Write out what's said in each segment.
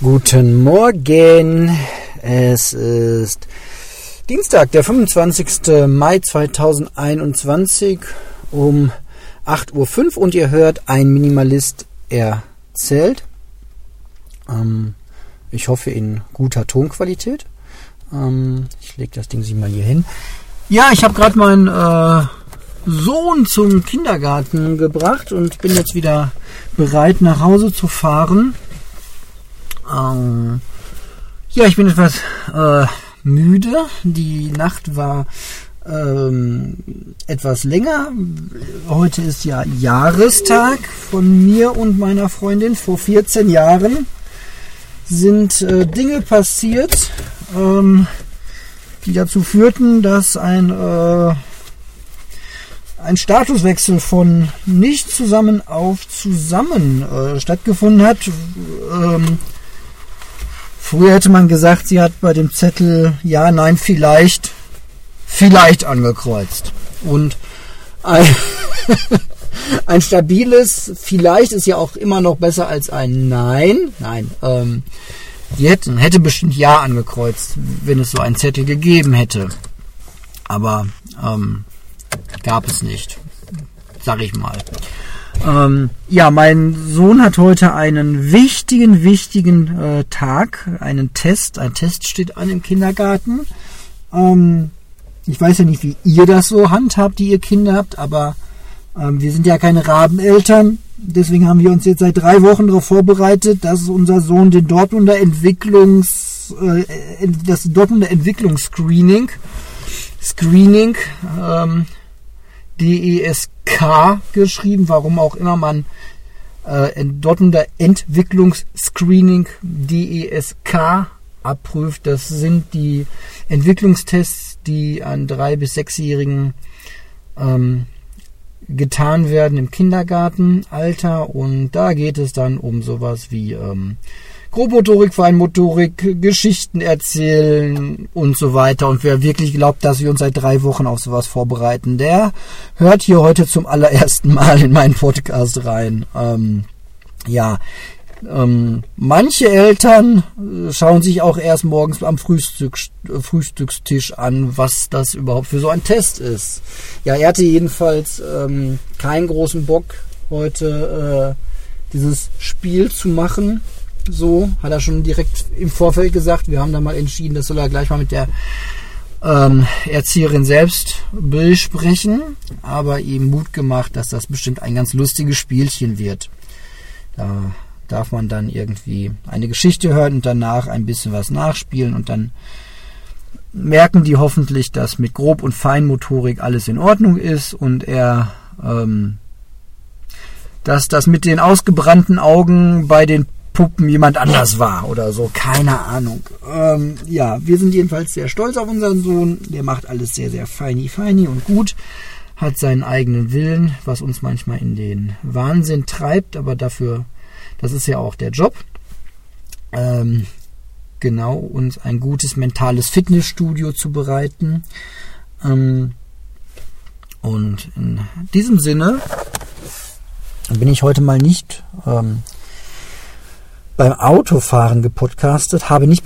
Guten Morgen, es ist Dienstag, der 25. Mai 2021 um 8.05 Uhr und ihr hört Ein Minimalist erzählt. Ich hoffe in guter Tonqualität. Ich lege das Ding mal hier hin. Ja, ich habe gerade meinen Sohn zum Kindergarten gebracht und bin jetzt wieder bereit nach Hause zu fahren. Ja, ich bin etwas müde. Die Nacht war etwas länger. Heute ist ja Jahrestag von mir und meiner Freundin. Vor 14 Jahren sind Dinge passiert, die dazu führten, dass ein Statuswechsel von nicht zusammen auf zusammen stattgefunden hat. Früher hätte man gesagt, sie hat bei dem Zettel ja, nein, vielleicht angekreuzt. Und ein stabiles vielleicht ist ja auch immer noch besser als ein Nein. Die hätte bestimmt ja angekreuzt, wenn es so einen Zettel gegeben hätte. Aber gab es nicht, sag ich mal. Ja, mein Sohn hat heute einen wichtigen Tag, einen Test. Ein Test steht an im Kindergarten. Ich weiß ja nicht, wie ihr das so handhabt, die ihr Kinder habt, aber wir sind ja keine Rabeneltern. Deswegen haben wir uns jetzt seit 3 Wochen darauf vorbereitet, dass unser Sohn den Dortmunder Entwicklungsscreening DESK geschrieben, warum auch immer man Dortmunder Entwicklungsscreening DESK abprüft. Das sind die Entwicklungstests, die an 3- bis 6-Jährigen getan werden im Kindergartenalter, und da geht es dann um sowas wie Grobmotorik, Feinmotorik, Geschichten erzählen und so weiter. Und wer wirklich glaubt, dass wir uns seit 3 Wochen auf sowas vorbereiten, der hört hier heute zum allerersten Mal in meinen Podcast rein. Manche Eltern schauen sich auch erst morgens am Frühstückstisch an, was das überhaupt für so ein Test ist. Ja, er hatte jedenfalls keinen großen Bock, heute dieses Spiel zu machen. So, hat er schon direkt im Vorfeld gesagt. Wir haben dann mal entschieden, das soll er gleich mal mit der Erzieherin selbst besprechen. Aber ihm Mut gemacht, dass das bestimmt ein ganz lustiges Spielchen wird. Da darf man dann irgendwie eine Geschichte hören und danach ein bisschen was nachspielen. Und dann merken die hoffentlich, dass mit Grob- und Feinmotorik alles in Ordnung ist. Und er, dass das mit den ausgebrannten Augen bei den Puppen jemand anders war oder so, keine Ahnung. Wir sind jedenfalls sehr stolz auf unseren Sohn. Der macht alles sehr, sehr feini und gut. Hat seinen eigenen Willen, was uns manchmal in den Wahnsinn treibt, aber dafür, das ist ja auch der Job. Uns ein gutes mentales Fitnessstudio zu bereiten. Und in diesem Sinne bin ich heute mal nicht beim Autofahren gepodcastet,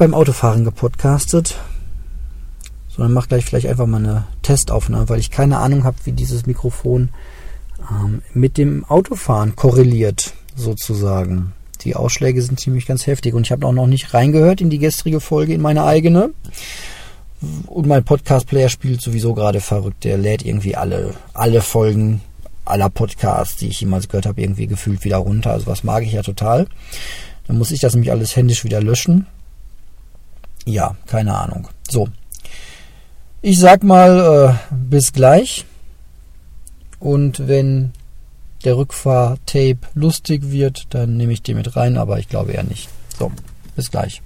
sondern mache gleich vielleicht einfach mal eine Testaufnahme, weil ich keine Ahnung habe, wie dieses Mikrofon mit dem Autofahren korreliert, sozusagen. Die Ausschläge sind ziemlich ganz heftig und ich habe auch noch nicht reingehört in die gestrige Folge, in meine eigene. Und mein Podcast-Player spielt sowieso gerade verrückt. Der lädt irgendwie alle Folgen aller Podcasts, die ich jemals gehört habe, irgendwie gefühlt wieder runter. Also was mag ich ja total. Dann muss ich das nämlich alles händisch wieder löschen. Ja, keine Ahnung. So. Ich sag mal, bis gleich. Und wenn der Rückfahrtape lustig wird, dann nehme ich den mit rein, aber ich glaube eher nicht. So, bis gleich.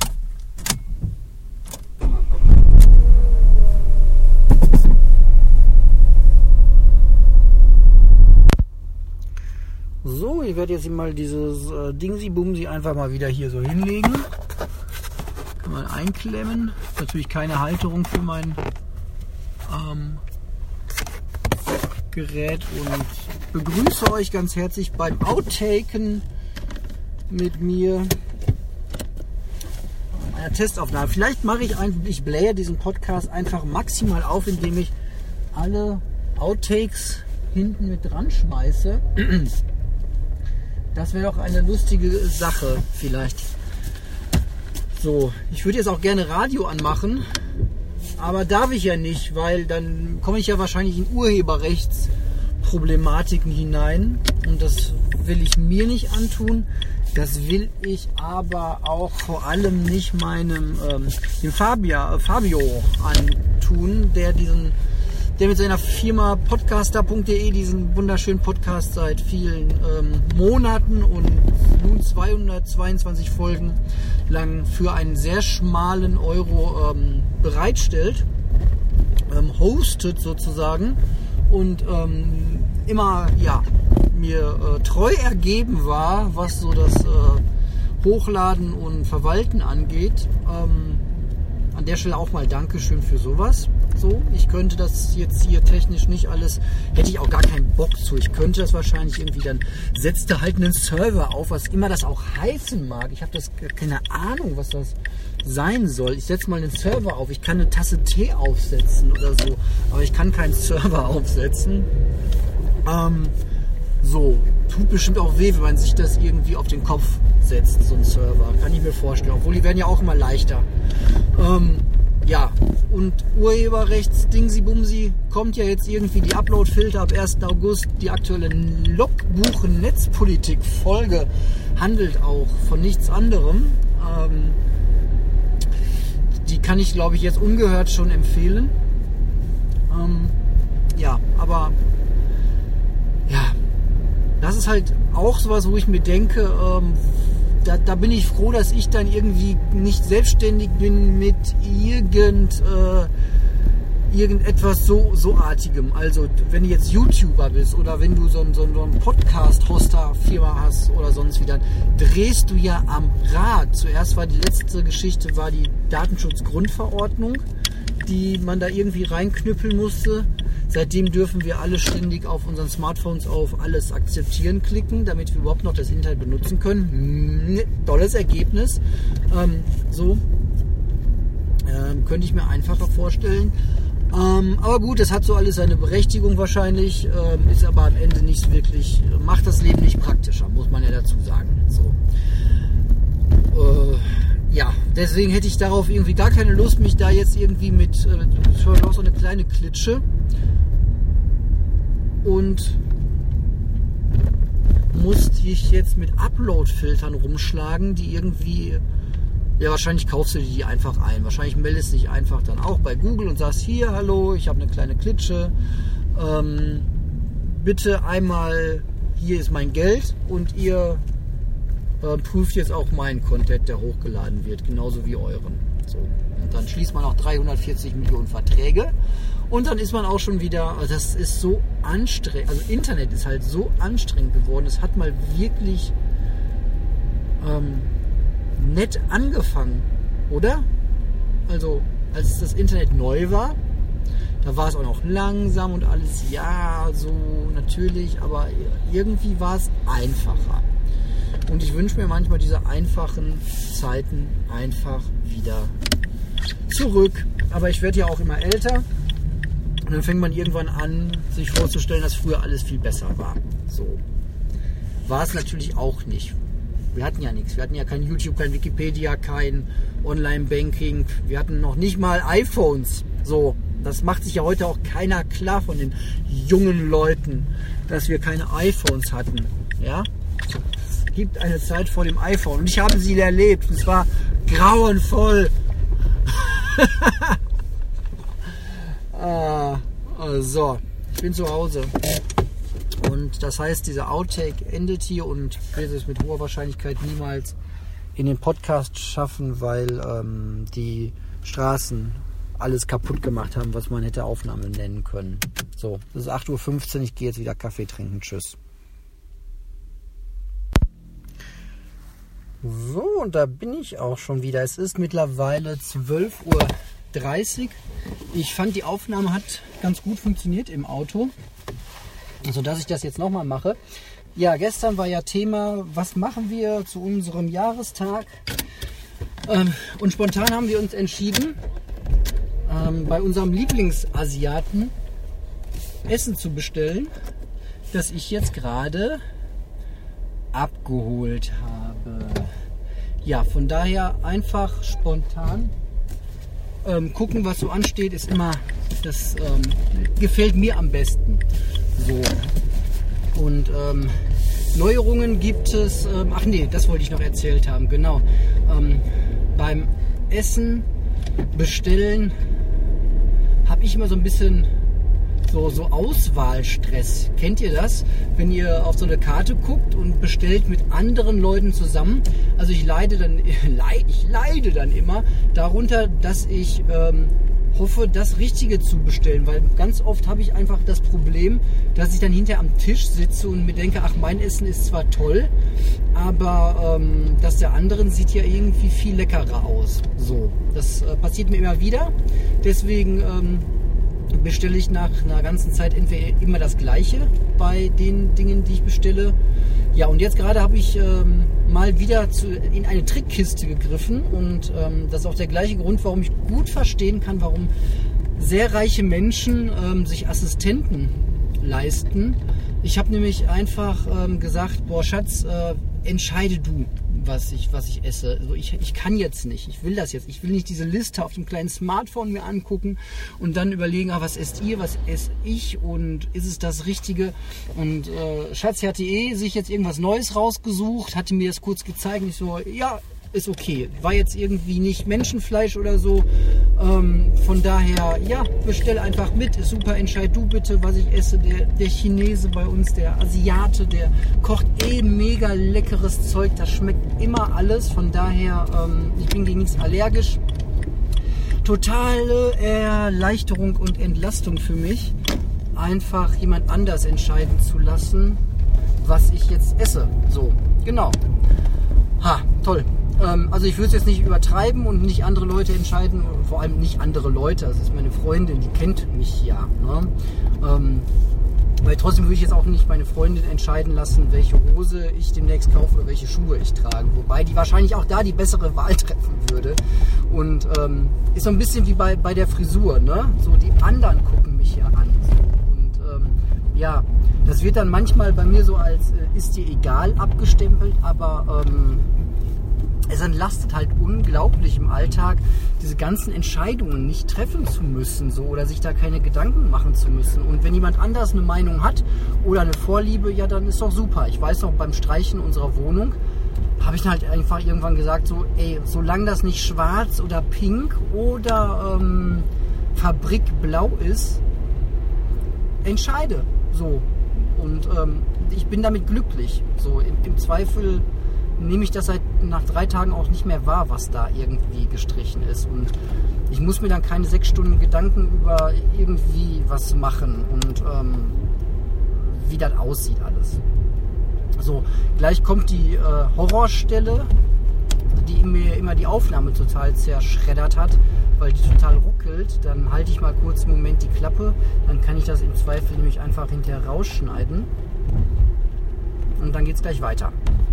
So, ich werde jetzt mal dieses Dingsi-Bumsi einfach mal wieder hier so hinlegen. Kann man einklemmen. Natürlich keine Halterung für mein Gerät und begrüße euch ganz herzlich beim Outtaken mit mir. einer Testaufnahme. Vielleicht mache ich blähe diesen Podcast einfach maximal auf, indem ich alle Outtakes hinten mit dran schmeiße. Das wäre doch eine lustige Sache vielleicht. So, ich würde jetzt auch gerne Radio anmachen, aber darf ich ja nicht, weil dann komme ich ja wahrscheinlich in Urheberrechtsproblematiken hinein und das will ich mir nicht antun. Das will ich aber auch vor allem nicht dem Fabio antun, der mit seiner Firma podcaster.de diesen wunderschönen Podcast seit vielen Monaten und nun 222 Folgen lang für einen sehr schmalen Euro bereitstellt, hostet sozusagen und immer mir treu ergeben war, was so das Hochladen und Verwalten angeht. An der Stelle auch mal Dankeschön für sowas. So, ich könnte das jetzt hier technisch nicht alles, hätte ich auch gar keinen Bock zu. Ich könnte das wahrscheinlich irgendwie, dann setzt er halt einen Server auf, was immer das auch heißen mag. Ich habe das keine Ahnung, was das sein soll. Ich setze mal einen Server auf. Ich kann eine Tasse Tee aufsetzen oder so, aber ich kann keinen Server aufsetzen. So, tut bestimmt auch weh, wenn man sich das irgendwie auf den Kopf setzt, so ein Server. Kann ich mir vorstellen. Obwohl, die werden ja auch immer leichter. Ja, und Urheberrechts-Dingsi-Bumsi kommt ja jetzt irgendwie die Upload-Filter ab 1. August. Die aktuelle Logbuch-Netzpolitik-Folge handelt auch von nichts anderem. Die kann ich, glaube ich, jetzt ungehört schon empfehlen. Ja, aber ja, das ist halt auch sowas, wo ich mir denke, da bin ich froh, dass ich dann irgendwie nicht selbstständig bin mit irgendetwas so artigem. Also wenn du jetzt YouTuber bist oder wenn du so einen Podcast-Hoster-Firma hast oder sonst wie, dann drehst du ja am Rad. Zuerst war die letzte Geschichte die Datenschutzgrundverordnung, die man da irgendwie reinknüppeln musste. Seitdem dürfen wir alle ständig auf unseren Smartphones auf alles akzeptieren klicken, damit wir überhaupt noch das Internet benutzen können. Tolles Ergebnis. Könnte ich mir einfacher vorstellen. Aber gut, das hat so alles seine Berechtigung wahrscheinlich, ist aber am Ende nicht wirklich, macht das Leben nicht praktischer, muss man ja dazu sagen. So. Ja, deswegen hätte ich darauf irgendwie gar keine Lust, mich da jetzt irgendwie mit auch so eine kleine Klitsche und musste ich jetzt mit Upload-Filtern rumschlagen, die irgendwie, ja, wahrscheinlich kaufst du die einfach ein. Wahrscheinlich meldest du dich einfach dann auch bei Google und sagst, hier, hallo, ich habe eine kleine Klitsche, bitte einmal, hier ist mein Geld und ihr prüft jetzt auch meinen Content, der hochgeladen wird, genauso wie euren. So. Und dann schließt man auch 340 Millionen Verträge und dann ist man auch schon wieder, das ist so anstrengend, also Internet ist halt so anstrengend geworden, es hat mal wirklich nett angefangen, oder? Also als das Internet neu war, da war es auch noch langsam und alles, ja, so natürlich, aber irgendwie war es einfacher. Und ich wünsche mir manchmal diese einfachen Zeiten einfach wieder zurück. Aber ich werde ja auch immer älter. Und dann fängt man irgendwann an, sich vorzustellen, dass früher alles viel besser war. So. War es natürlich auch nicht. Wir hatten ja nichts. Wir hatten ja kein YouTube, kein Wikipedia, kein Online-Banking. Wir hatten noch nicht mal iPhones. So. Das macht sich ja heute auch keiner klar von den jungen Leuten, dass wir keine iPhones hatten. Ja? Es gibt eine Zeit vor dem iPhone und ich habe sie erlebt und es war grauenvoll. So, ich bin zu Hause und das heißt, dieser Outtake endet hier und wird es mit hoher Wahrscheinlichkeit niemals in den Podcast schaffen, weil die Straßen alles kaputt gemacht haben, was man hätte Aufnahme nennen können. So, es ist 8:15 Uhr, ich gehe jetzt wieder Kaffee trinken. Tschüss. So, und da bin ich auch schon wieder. Es ist mittlerweile 12:30 Uhr. Ich fand, die Aufnahme hat ganz gut funktioniert im Auto, sodass ich das jetzt nochmal mache. Ja, gestern war ja Thema, was machen wir zu unserem Jahrestag? Und spontan haben wir uns entschieden, bei unserem Lieblingsasiaten Essen zu bestellen, das ich jetzt gerade abgeholt habe. Ja, von daher einfach spontan gucken, was so ansteht, ist immer, das gefällt mir am besten. So. Und Neuerungen gibt es, ach nee, das wollte ich noch erzählt haben, genau. Beim Essen bestellen habe ich immer so ein bisschen so Auswahlstress. Kennt ihr das? Wenn ihr auf so eine Karte guckt und bestellt mit anderen Leuten zusammen. Also ich leide dann immer darunter, dass ich hoffe, das Richtige zu bestellen. Weil ganz oft habe ich einfach das Problem, dass ich dann hinterher am Tisch sitze und mir denke, ach, mein Essen ist zwar toll, aber das der anderen sieht ja irgendwie viel leckerer aus. So, das passiert mir immer wieder. Deswegen bestelle ich nach einer ganzen Zeit entweder immer das Gleiche bei den Dingen, die ich bestelle. Ja, und jetzt gerade habe ich mal wieder in eine Trickkiste gegriffen und das ist auch der gleiche Grund, warum ich gut verstehen kann, warum sehr reiche Menschen sich Assistenten leisten. Ich habe nämlich einfach gesagt, boah Schatz, entscheide du, was ich esse. Also ich kann jetzt nicht, ich will das jetzt. Ich will nicht diese Liste auf dem kleinen Smartphone mir angucken und dann überlegen, was esst ihr, was esse ich und ist es das Richtige? Und Schatz hatte sich jetzt irgendwas Neues rausgesucht, hatte mir das kurz gezeigt und ich so, ja, ist okay. War jetzt irgendwie nicht Menschenfleisch oder so. Von daher, ja, bestell einfach mit. Ist super, entscheid du bitte, was ich esse. Der Chinese bei uns, der Asiate, der kocht mega leckeres Zeug. Das schmeckt immer alles. Von daher, ich bin gegen nichts allergisch. Totale Erleichterung und Entlastung für mich, einfach jemand anders entscheiden zu lassen, was ich jetzt esse. So, genau. Ha, toll. Also ich würde es jetzt nicht übertreiben und nicht andere Leute entscheiden, vor allem nicht andere Leute, das ist meine Freundin, die kennt mich ja. Ne? Weil trotzdem würde ich jetzt auch nicht meine Freundin entscheiden lassen, welche Hose ich demnächst kaufe oder welche Schuhe ich trage. Wobei die wahrscheinlich auch da die bessere Wahl treffen würde. Und ist so ein bisschen wie bei der Frisur. Ne? So die anderen gucken mich ja an. Und ja, das wird dann manchmal bei mir so als ist dir egal abgestempelt, aber es entlastet halt unglaublich im Alltag, diese ganzen Entscheidungen nicht treffen zu müssen, so, oder sich da keine Gedanken machen zu müssen. Und wenn jemand anders eine Meinung hat oder eine Vorliebe, ja, dann ist doch super. Ich weiß noch, beim Streichen unserer Wohnung habe ich dann halt einfach irgendwann gesagt, so, ey, solange das nicht schwarz oder pink oder Fabrikblau ist, entscheide. So. Und ich bin damit glücklich. So, im Zweifel nehme ich das halt nach 3 Tagen auch nicht mehr wahr, was da irgendwie gestrichen ist. Und ich muss mir dann keine 6 Stunden Gedanken über irgendwie was machen und wie das aussieht alles. So, gleich kommt die Horrorstelle, die mir immer die Aufnahme total zerschreddert hat, weil die total ruckelt. Dann halte ich mal kurz einen Moment die Klappe, dann kann ich das im Zweifel nämlich einfach hinterher rausschneiden. Und dann geht es gleich weiter.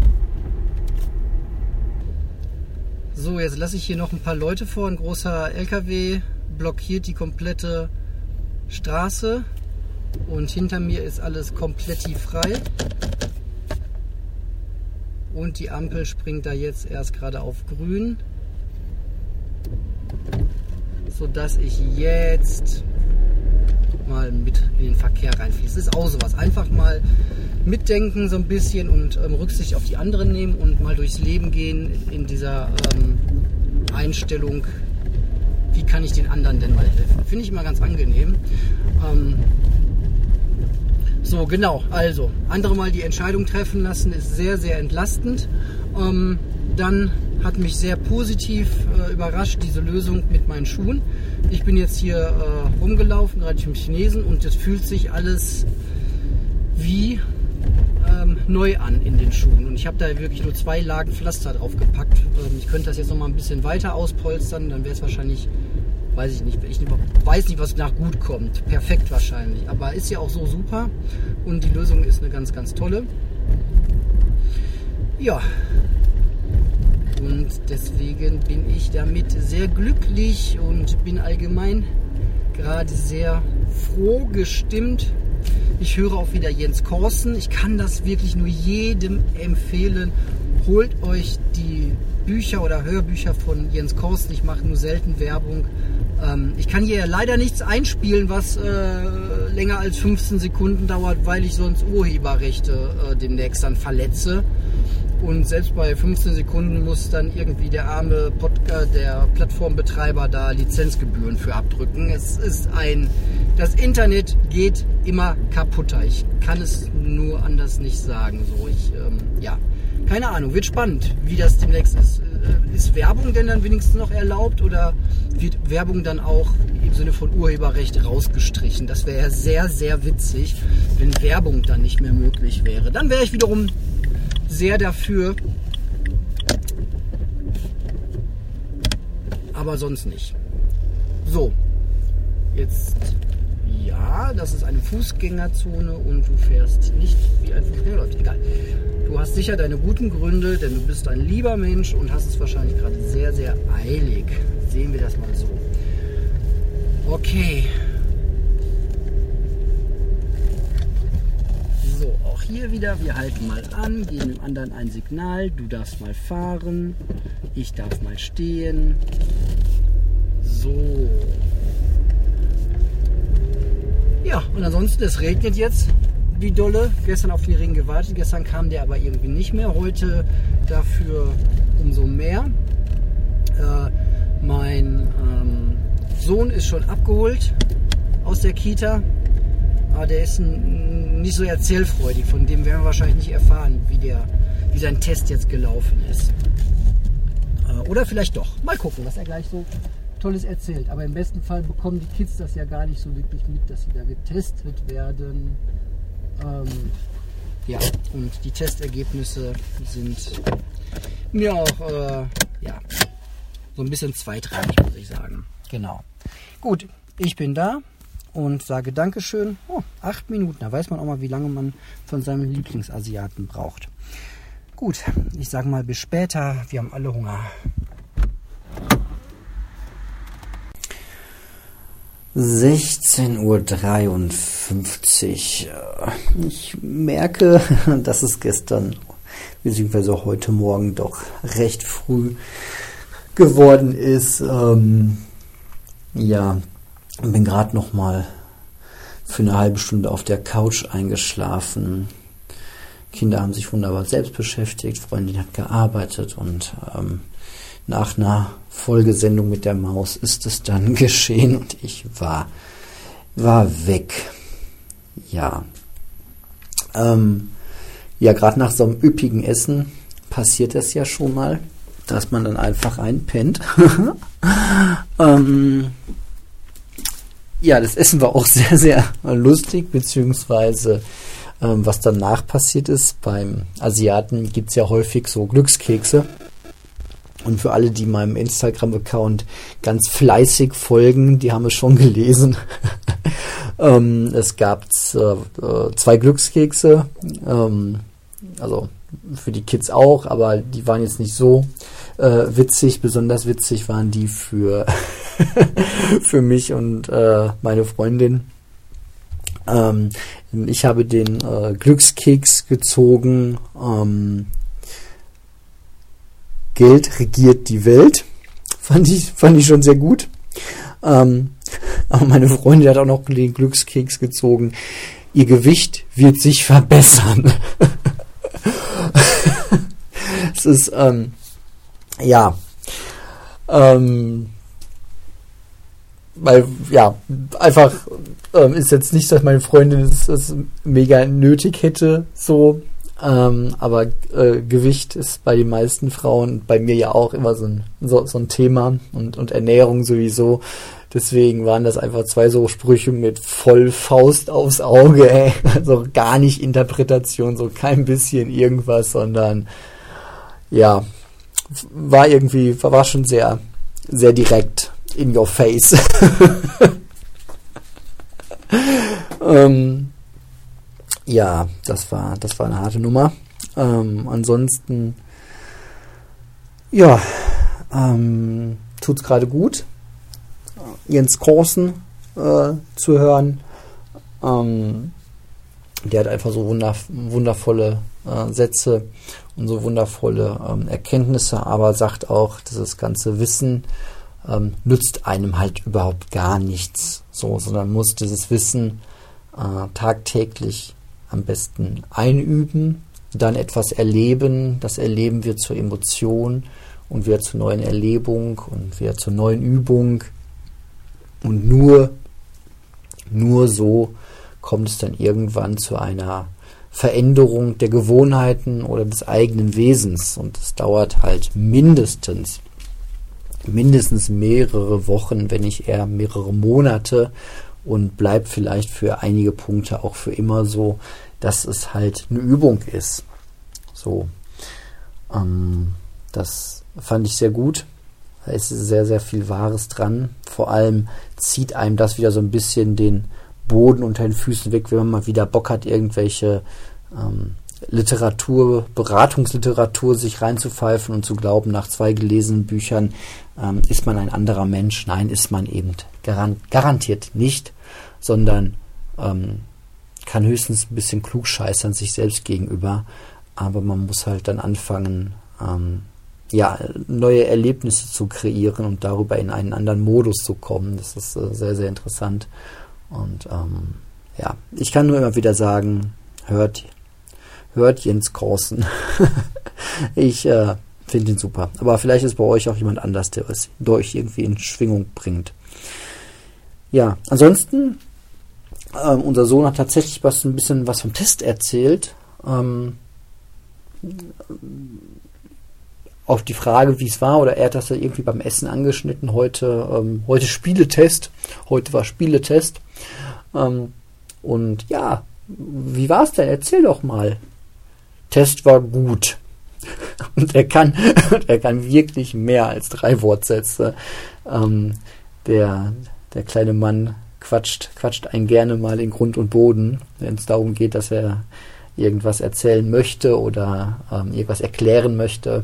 So, jetzt lasse ich hier noch ein paar Leute vor. Ein großer LKW blockiert die komplette Straße und hinter mir ist alles komplett frei. Und die Ampel springt da jetzt erst gerade auf grün, sodass ich jetzt mal mit in den Verkehr reinfließe. Das ist auch sowas. Einfach mal mitdenken so ein bisschen und Rücksicht auf die anderen nehmen und mal durchs Leben gehen in dieser Einstellung, wie kann ich den anderen denn mal helfen. Finde ich immer ganz angenehm. So, genau. Also, andere mal die Entscheidung treffen lassen, ist sehr, sehr entlastend. Dann hat mich sehr positiv überrascht diese Lösung mit meinen Schuhen. Ich bin jetzt hier rumgelaufen, gerade im Chinesen, und es fühlt sich alles wie neu an in den Schuhen. Und ich habe da wirklich nur 2 Lagen Pflaster drauf gepackt. Ich könnte das jetzt noch mal ein bisschen weiter auspolstern, dann wäre es wahrscheinlich, weiß ich nicht, ich weiß nicht, was nach gut kommt. Perfekt wahrscheinlich. Aber ist ja auch so super und die Lösung ist eine ganz, ganz tolle. Ja. Und deswegen bin ich damit sehr glücklich und bin allgemein gerade sehr froh gestimmt. Ich höre auch wieder Jens Korsen. Ich kann das wirklich nur jedem empfehlen. Holt euch die Bücher oder Hörbücher von Jens Korsen. Ich mache nur selten Werbung. Ich kann hier leider nichts einspielen, was länger als 15 Sekunden dauert, weil ich sonst Urheberrechte demnächst dann verletze. Und selbst bei 15 Sekunden muss dann irgendwie der arme der Plattformbetreiber da Lizenzgebühren für abdrücken. Das Internet geht immer kaputter. Ich kann es nur anders nicht sagen. So, keine Ahnung, wird spannend, wie das demnächst ist. Ist Werbung denn dann wenigstens noch erlaubt oder wird Werbung dann auch im Sinne von Urheberrecht rausgestrichen? Das wäre ja sehr, sehr witzig, wenn Werbung dann nicht mehr möglich wäre. Dann wäre ich wiederum sehr dafür, aber sonst nicht. So, jetzt, ja, das ist eine Fußgängerzone und du fährst nicht wie ein Fußgänger läuft. Egal. Du hast sicher deine guten Gründe, denn du bist ein lieber Mensch und hast es wahrscheinlich gerade sehr, sehr eilig. Sehen wir das mal so. Okay. So, auch hier wieder, wir halten mal an, geben dem anderen ein Signal. Du darfst mal fahren, ich darf mal stehen. So. Ja, und ansonsten, es regnet jetzt wie dolle. Gestern auf den Regen gewartet, gestern kam der aber irgendwie nicht mehr. Heute dafür umso mehr. Mein Sohn ist schon abgeholt aus der Kita. Aber der ist nicht so erzählfreudig. Von dem werden wir wahrscheinlich nicht erfahren, wie sein Test jetzt gelaufen ist. Oder vielleicht doch. Mal gucken, was er gleich so Tolles erzählt. Aber im besten Fall bekommen die Kids das ja gar nicht so wirklich mit, dass sie da getestet werden. Ja, und die Testergebnisse sind mir auch so ein bisschen zweitrangig, muss ich sagen. Genau. Gut, ich bin da und sage Dankeschön. 8 Minuten, da weiß man auch mal, wie lange man von seinem Lieblingsasiaten braucht. Gut, ich sage mal bis später. Wir haben alle Hunger. 16:53 Uhr. Ich merke, dass es gestern bzw. heute Morgen doch recht früh geworden ist. Bin gerade noch mal für eine halbe Stunde auf der Couch eingeschlafen. Kinder haben sich wunderbar selbst beschäftigt, Freundin hat gearbeitet und nach einer Folgesendung mit der Maus ist es dann geschehen und ich war weg. Ja. Gerade nach so einem üppigen Essen passiert das ja schon mal, dass man dann einfach einpennt. Das Essen war auch sehr, sehr lustig, beziehungsweise was danach passiert ist. Beim Asiaten gibt es ja häufig so Glückskekse. Und für alle, die meinem Instagram-Account ganz fleißig folgen, die haben es schon gelesen. Es gab 2 Glückskekse, also für die Kids auch, aber die waren jetzt nicht so witzig. Besonders witzig waren die für mich und meine Freundin. Ich habe den Glückskeks gezogen. Geld regiert die Welt. Fand ich schon sehr gut. Aber meine Freundin hat auch noch den Glückskeks gezogen. Ihr Gewicht wird sich verbessern. Es ist, einfach ist jetzt nicht, dass meine Freundin es mega nötig hätte, so. Aber Gewicht ist bei den meisten Frauen, bei mir ja auch immer so ein Thema und Ernährung sowieso. Deswegen waren das einfach 2 so Sprüche mit voll Faust aufs Auge, ey. Also gar nicht Interpretation, so kein bisschen irgendwas, sondern war schon sehr, sehr direkt in your face. Das war eine harte Nummer. Ansonsten Ja, tut's gerade gut, Jens Korsen zu hören. Der hat einfach so wundervolle Sätze und so wundervolle Erkenntnisse, aber sagt auch, dass das ganze Wissen nützt einem halt überhaupt gar nichts, so, sondern muss dieses Wissen tagtäglich am besten einüben, dann etwas erleben, das Erleben wird zur Emotion und wird zur neuen Erlebung und wird zur neuen Übung und nur so kommt es dann irgendwann zu einer Veränderung der Gewohnheiten oder des eigenen Wesens und es dauert halt mindestens mehrere Wochen, wenn nicht eher mehrere Monate und bleibt vielleicht für einige Punkte auch für immer so, dass es halt eine Übung ist. So, das fand ich sehr gut. Da ist sehr, sehr viel Wahres dran. Vor allem zieht einem das wieder so ein bisschen den Boden unter den Füßen weg, wenn man mal wieder Bock hat, irgendwelche Beratungsliteratur sich reinzupfeifen und zu glauben, nach 2 gelesenen Büchern ist man ein anderer Mensch. Nein, ist man eben garantiert nicht, sondern kann höchstens ein bisschen klugscheißern sich selbst gegenüber, aber man muss halt dann anfangen, neue Erlebnisse zu kreieren und darüber in einen anderen Modus zu kommen. Das ist sehr, sehr interessant. Und ich kann nur immer wieder sagen, hört Jens Korsen. Ich finde ihn super. Aber vielleicht ist bei euch auch jemand anders, der es durch irgendwie in Schwingung bringt. Ja, ansonsten, unser Sohn hat tatsächlich ein bisschen was vom Test erzählt. Auf die Frage, wie es war, oder er hat das ja irgendwie beim Essen angeschnitten, heute Spieletest. Heute war Spieletest. Und ja, wie war es denn? Erzähl doch mal. Test war gut. Und er kann wirklich mehr als 3 Wortsätze. Der kleine Mann quatscht einen gerne mal in Grund und Boden, wenn es darum geht, dass er irgendwas erzählen möchte oder irgendwas erklären möchte.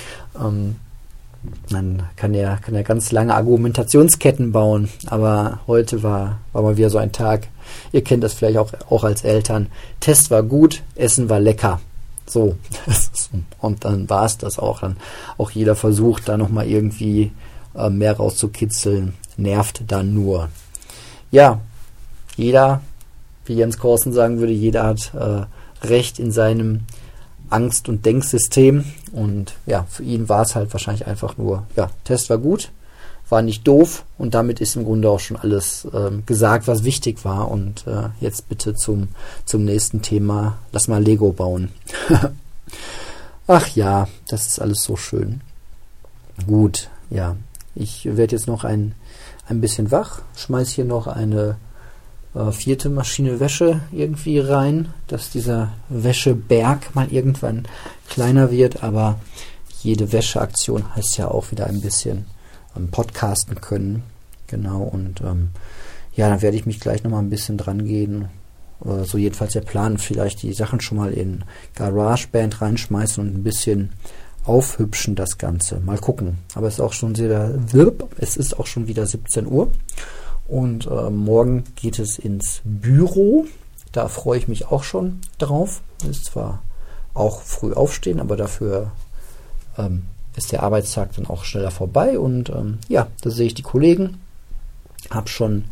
Dann kann er ganz lange Argumentationsketten bauen. Aber heute war mal wieder so ein Tag. Ihr kennt das vielleicht auch als Eltern. Test war gut, Essen war lecker. So. Und dann war es das auch. Dann auch jeder Versuch, da nochmal irgendwie mehr rauszukitzeln, nervt dann nur. Ja, jeder, wie Jens Korsen sagen würde, jeder hat Recht in seinem Angst- und Denksystem. Und ja, für ihn war es halt wahrscheinlich einfach nur, Test war gut, war nicht doof und damit ist im Grunde auch schon alles gesagt, was wichtig war. Und jetzt bitte zum nächsten Thema, lass mal Lego bauen. Ach ja, das ist alles so schön. Gut, ja, ich werde jetzt noch ein bisschen wach, schmeiß hier noch eine 4. Maschine Wäsche irgendwie rein, dass dieser Wäscheberg mal irgendwann kleiner wird, aber jede Wäscheaktion heißt ja auch wieder ein bisschen podcasten können. Genau, und dann werde ich mich gleich nochmal ein bisschen dran gehen. So jedenfalls der Plan, vielleicht die Sachen schon mal in GarageBand reinschmeißen und ein bisschen aufhübschen das Ganze. Mal gucken. Aber es ist auch schon wieder 17 Uhr. Und morgen geht es ins Büro. Da freue ich mich auch schon drauf. Ist zwar auch früh aufstehen, aber dafür ist der Arbeitstag dann auch schneller vorbei. Und da sehe ich die Kollegen. Habe schon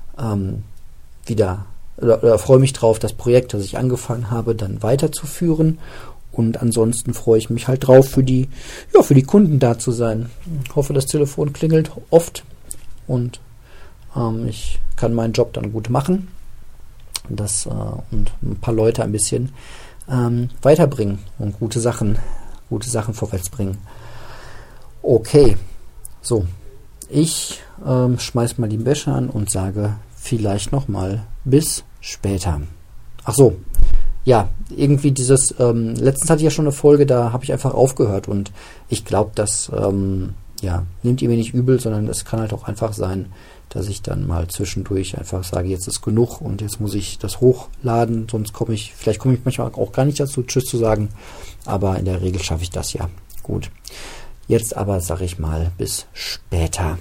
oder freue mich drauf, das Projekt, das ich angefangen habe, dann weiterzuführen. Und ansonsten freue ich mich halt drauf, für die Kunden da zu sein. Ich hoffe, das Telefon klingelt oft und ich kann meinen Job dann gut machen und ein paar Leute ein bisschen weiterbringen und gute Sachen vorwärts bringen. Okay, so, ich schmeiß mal die Wäsche an und sage vielleicht nochmal bis später. Ach so, ja, irgendwie letztens hatte ich ja schon eine Folge, da habe ich einfach aufgehört und ich glaube, das nehmt ihr mir nicht übel, sondern es kann halt auch einfach sein, dass ich dann mal zwischendurch einfach sage, jetzt ist genug und jetzt muss ich das hochladen, sonst komme ich manchmal auch gar nicht dazu, Tschüss zu sagen, aber in der Regel schaffe ich das ja. Gut. Jetzt aber sage ich mal bis später.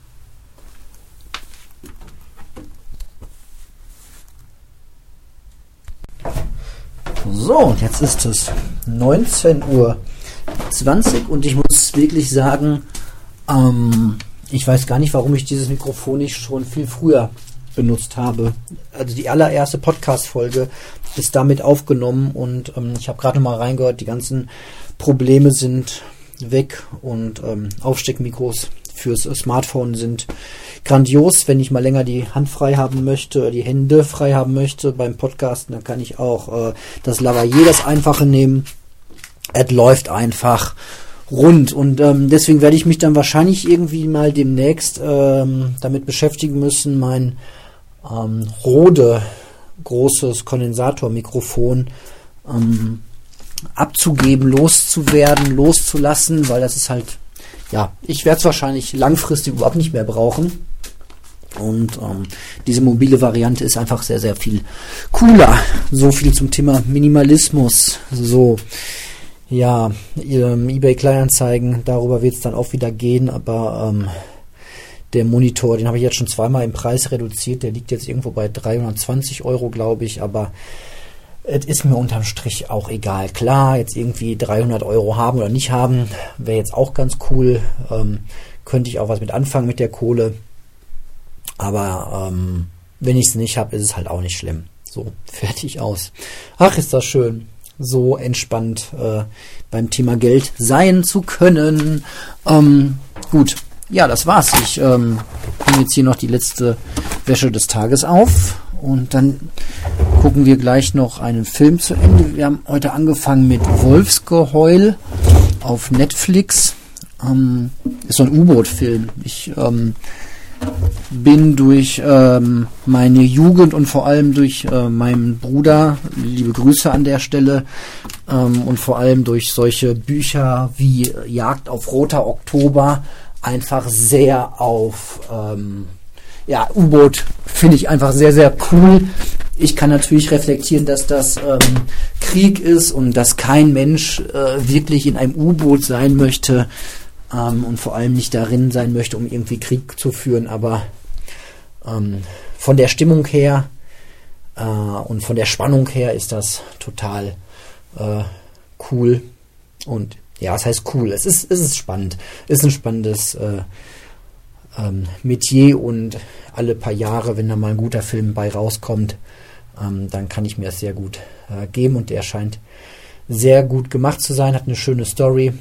So, und jetzt ist es 19:20 Uhr und ich muss wirklich sagen, ich weiß gar nicht, warum ich dieses Mikrofon nicht schon viel früher benutzt habe. Also die allererste Podcast-Folge ist damit aufgenommen und ich habe gerade noch mal reingehört, die ganzen Probleme sind weg und Aufsteckmikros fürs Smartphone sind grandios. Wenn ich mal länger die Hand frei haben möchte, die Hände frei haben möchte beim Podcasten, dann kann ich auch das Lavalier, das Einfache nehmen. Es läuft einfach rund und deswegen werde ich mich dann wahrscheinlich irgendwie mal demnächst damit beschäftigen müssen, mein Rode großes Kondensatormikrofon abzugeben, loszulassen, weil das ist halt, ja, ich werde es wahrscheinlich langfristig überhaupt nicht mehr brauchen. Und diese mobile Variante ist einfach sehr, sehr viel cooler. So viel zum Thema Minimalismus. So, ja, eBay Kleinanzeigen, darüber wird es dann auch wieder gehen, aber der Monitor, den habe ich jetzt schon zweimal im Preis reduziert, der liegt jetzt irgendwo bei 320 Euro, glaube ich, aber es ist mir unterm Strich auch egal. Klar, jetzt irgendwie 300 Euro haben oder nicht haben, wäre jetzt auch ganz cool. Könnte ich auch was mit anfangen mit der Kohle. Aber wenn ich es nicht habe, ist es halt auch nicht schlimm. So, fertig aus. Ach, ist das schön, so entspannt beim Thema Geld sein zu können. Gut, ja, das war's. Ich hänge jetzt hier noch die letzte Wäsche des Tages auf. Und dann gucken wir gleich noch einen Film zu Ende. Wir haben heute angefangen mit Wolfsgeheul auf Netflix. Ist so ein U-Boot-Film. Ich bin durch meine Jugend und vor allem durch meinen Bruder, liebe Grüße an der Stelle, und vor allem durch solche Bücher wie Jagd auf Roter Oktober einfach sehr auf U-Boot finde ich einfach sehr, sehr cool. Ich kann natürlich reflektieren, dass das Krieg ist und dass kein Mensch wirklich in einem U-Boot sein möchte und vor allem nicht darin sein möchte, um irgendwie Krieg zu führen. Aber von der Stimmung her und von der Spannung her ist das total cool. Und ja, es heißt cool. Es ist spannend. Es ist ein spannendes Metier und alle paar Jahre, wenn da mal ein guter Film bei rauskommt, dann kann ich mir das sehr gut geben und der scheint sehr gut gemacht zu sein, hat eine schöne Story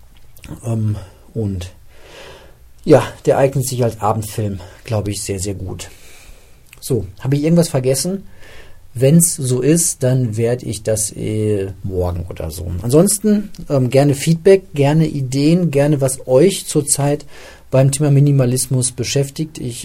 und ja, der eignet sich als Abendfilm, glaube ich, sehr, sehr gut. So, habe ich irgendwas vergessen? Wenn es so ist, dann werde ich das morgen oder so. Ansonsten gerne Feedback, gerne Ideen, gerne was euch zurzeit beim Thema Minimalismus beschäftigt. Ich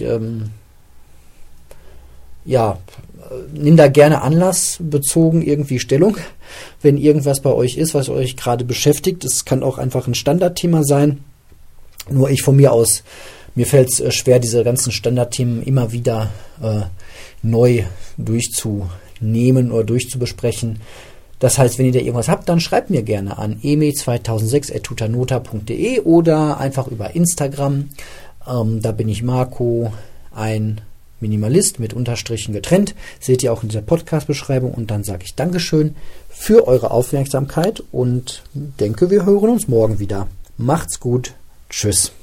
nimm da gerne anlassbezogen irgendwie Stellung, wenn irgendwas bei euch ist, was euch gerade beschäftigt. Es kann auch einfach ein Standardthema sein. Nur ich von mir aus, mir fällt es schwer, diese ganzen Standardthemen immer wieder neu durchzunehmen oder durchzubesprechen. Das heißt, wenn ihr da irgendwas habt, dann schreibt mir gerne an eme2006@tutanota.de oder einfach über Instagram. Da bin ich Marco, ein Minimalist mit Unterstrichen getrennt. Seht ihr auch in dieser Podcast-Beschreibung. Und dann sage ich Dankeschön für eure Aufmerksamkeit und denke, wir hören uns morgen wieder. Macht's gut. Tschüss.